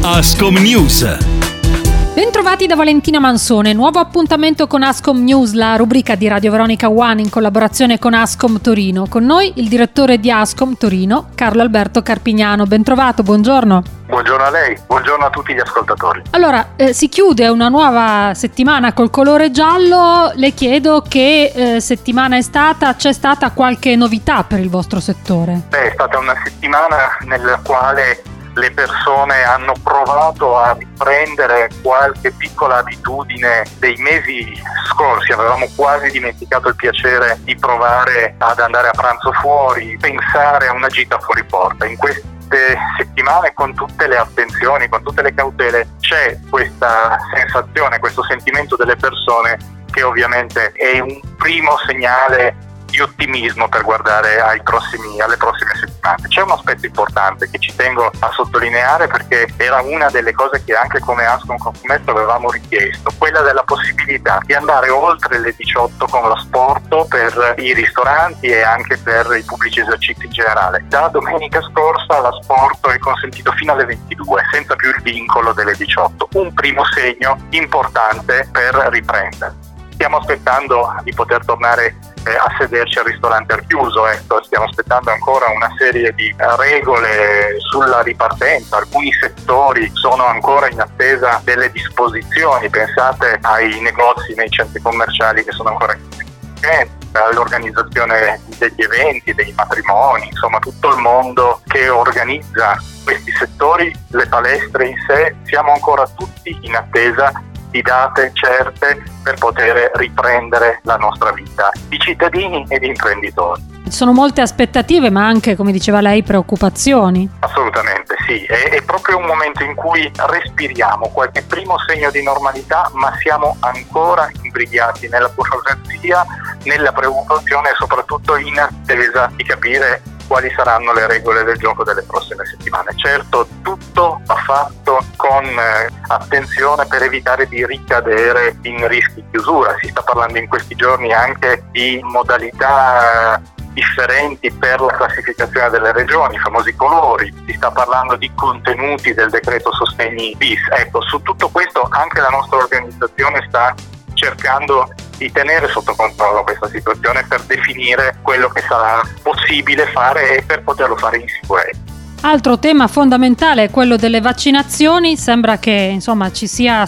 Ascom News. Bentrovati da Valentina Mansone, nuovo appuntamento con Ascom News, la rubrica di Radio Veronica One in collaborazione con Ascom Torino. Con noi il direttore di Ascom Torino, Carlo Alberto Carpignano. Bentrovato, buongiorno. Buongiorno a lei, buongiorno a tutti gli ascoltatori. Allora, si chiude una nuova settimana col colore giallo. Le chiedo che settimana è stata, c'è stata qualche novità per il vostro settore? È stata una settimana nella quale le persone hanno provato a riprendere qualche piccola abitudine dei mesi scorsi. Avevamo quasi dimenticato il piacere di provare ad andare a pranzo fuori, pensare a una gita fuori porta. In queste settimane, con tutte le attenzioni, con tutte le cautele, c'è questa sensazione, questo sentimento delle persone che ovviamente è un primo segnale di ottimismo per guardare alle prossime settimane. C'è un aspetto importante che ci tengo a sottolineare, perché era una delle cose che anche come Ascom Consumetto avevamo richiesto, quella della possibilità di andare oltre le 18 con l'asporto per i ristoranti e anche per i pubblici esercizi in generale. Da domenica scorsa l'asporto è consentito fino alle 22, senza più il vincolo delle 18. Un primo segno importante per riprendere. Stiamo aspettando di poter tornare a sederci al ristorante al chiuso, stiamo aspettando ancora una serie di regole sulla ripartenza. Alcuni settori sono ancora in attesa delle disposizioni, pensate ai negozi nei centri commerciali che sono ancora in all'organizzazione degli eventi, dei matrimoni, insomma tutto il mondo che organizza questi settori, le palestre in sé. Siamo ancora tutti in attesa di date certe per poter riprendere la nostra vita di cittadini e di imprenditori. Ci sono molte aspettative, ma anche, come diceva lei, preoccupazioni. Assolutamente sì, è proprio un momento in cui respiriamo qualche primo segno di normalità, ma siamo ancora imbrigliati nella burocrazia, nella preoccupazione e soprattutto in attesa di capire quali saranno le regole del gioco delle prossime settimane. Certo, tutto va fatto con attenzione per evitare di ricadere in rischi di chiusura. Si sta parlando in questi giorni anche di modalità differenti per la classificazione delle regioni, i famosi colori. Si sta parlando di contenuti del decreto sostegni bis. Su tutto questo anche la nostra organizzazione sta cercando di tenere sotto controllo questa situazione per definire quello che sarà possibile fare e per poterlo fare in sicurezza. Altro tema fondamentale è quello delle vaccinazioni. Sembra che ci sia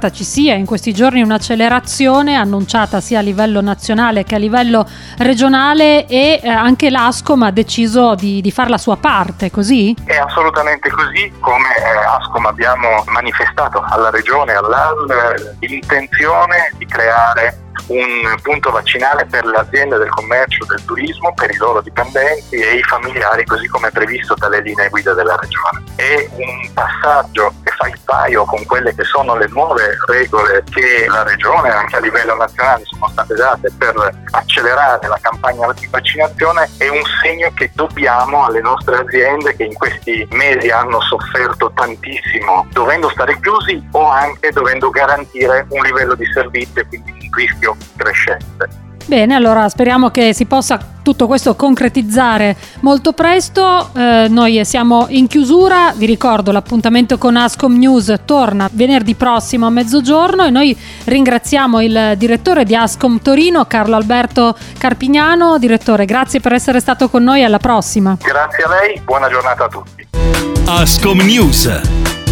in questi giorni un'accelerazione annunciata sia a livello nazionale che a livello regionale, e anche l'Ascom ha deciso di fare la sua parte, così? È assolutamente così. Come Ascom abbiamo manifestato alla Regione, all'AL, l'intenzione di creare un punto vaccinale per le aziende del commercio, del turismo, per i loro dipendenti e i familiari, così come previsto dalle linee guida della Regione. È un passaggio che fa il paio con quelle che sono le nuove regole che la Regione, anche a livello nazionale, sono state date per accelerare la campagna di vaccinazione. È un segno che dobbiamo alle nostre aziende, che in questi mesi hanno sofferto tantissimo dovendo stare chiusi o anche dovendo garantire un livello di servizio, quindi un rischio crescente. Bene, allora speriamo che si possa tutto questo concretizzare molto presto. Noi siamo in chiusura, vi ricordo l'appuntamento con Ascom News torna venerdì prossimo a mezzogiorno, e noi ringraziamo il direttore di Ascom Torino, Carlo Alberto Carpignano. Direttore, grazie per essere stato con noi, alla prossima. Grazie a lei, buona giornata a tutti. Ascom News.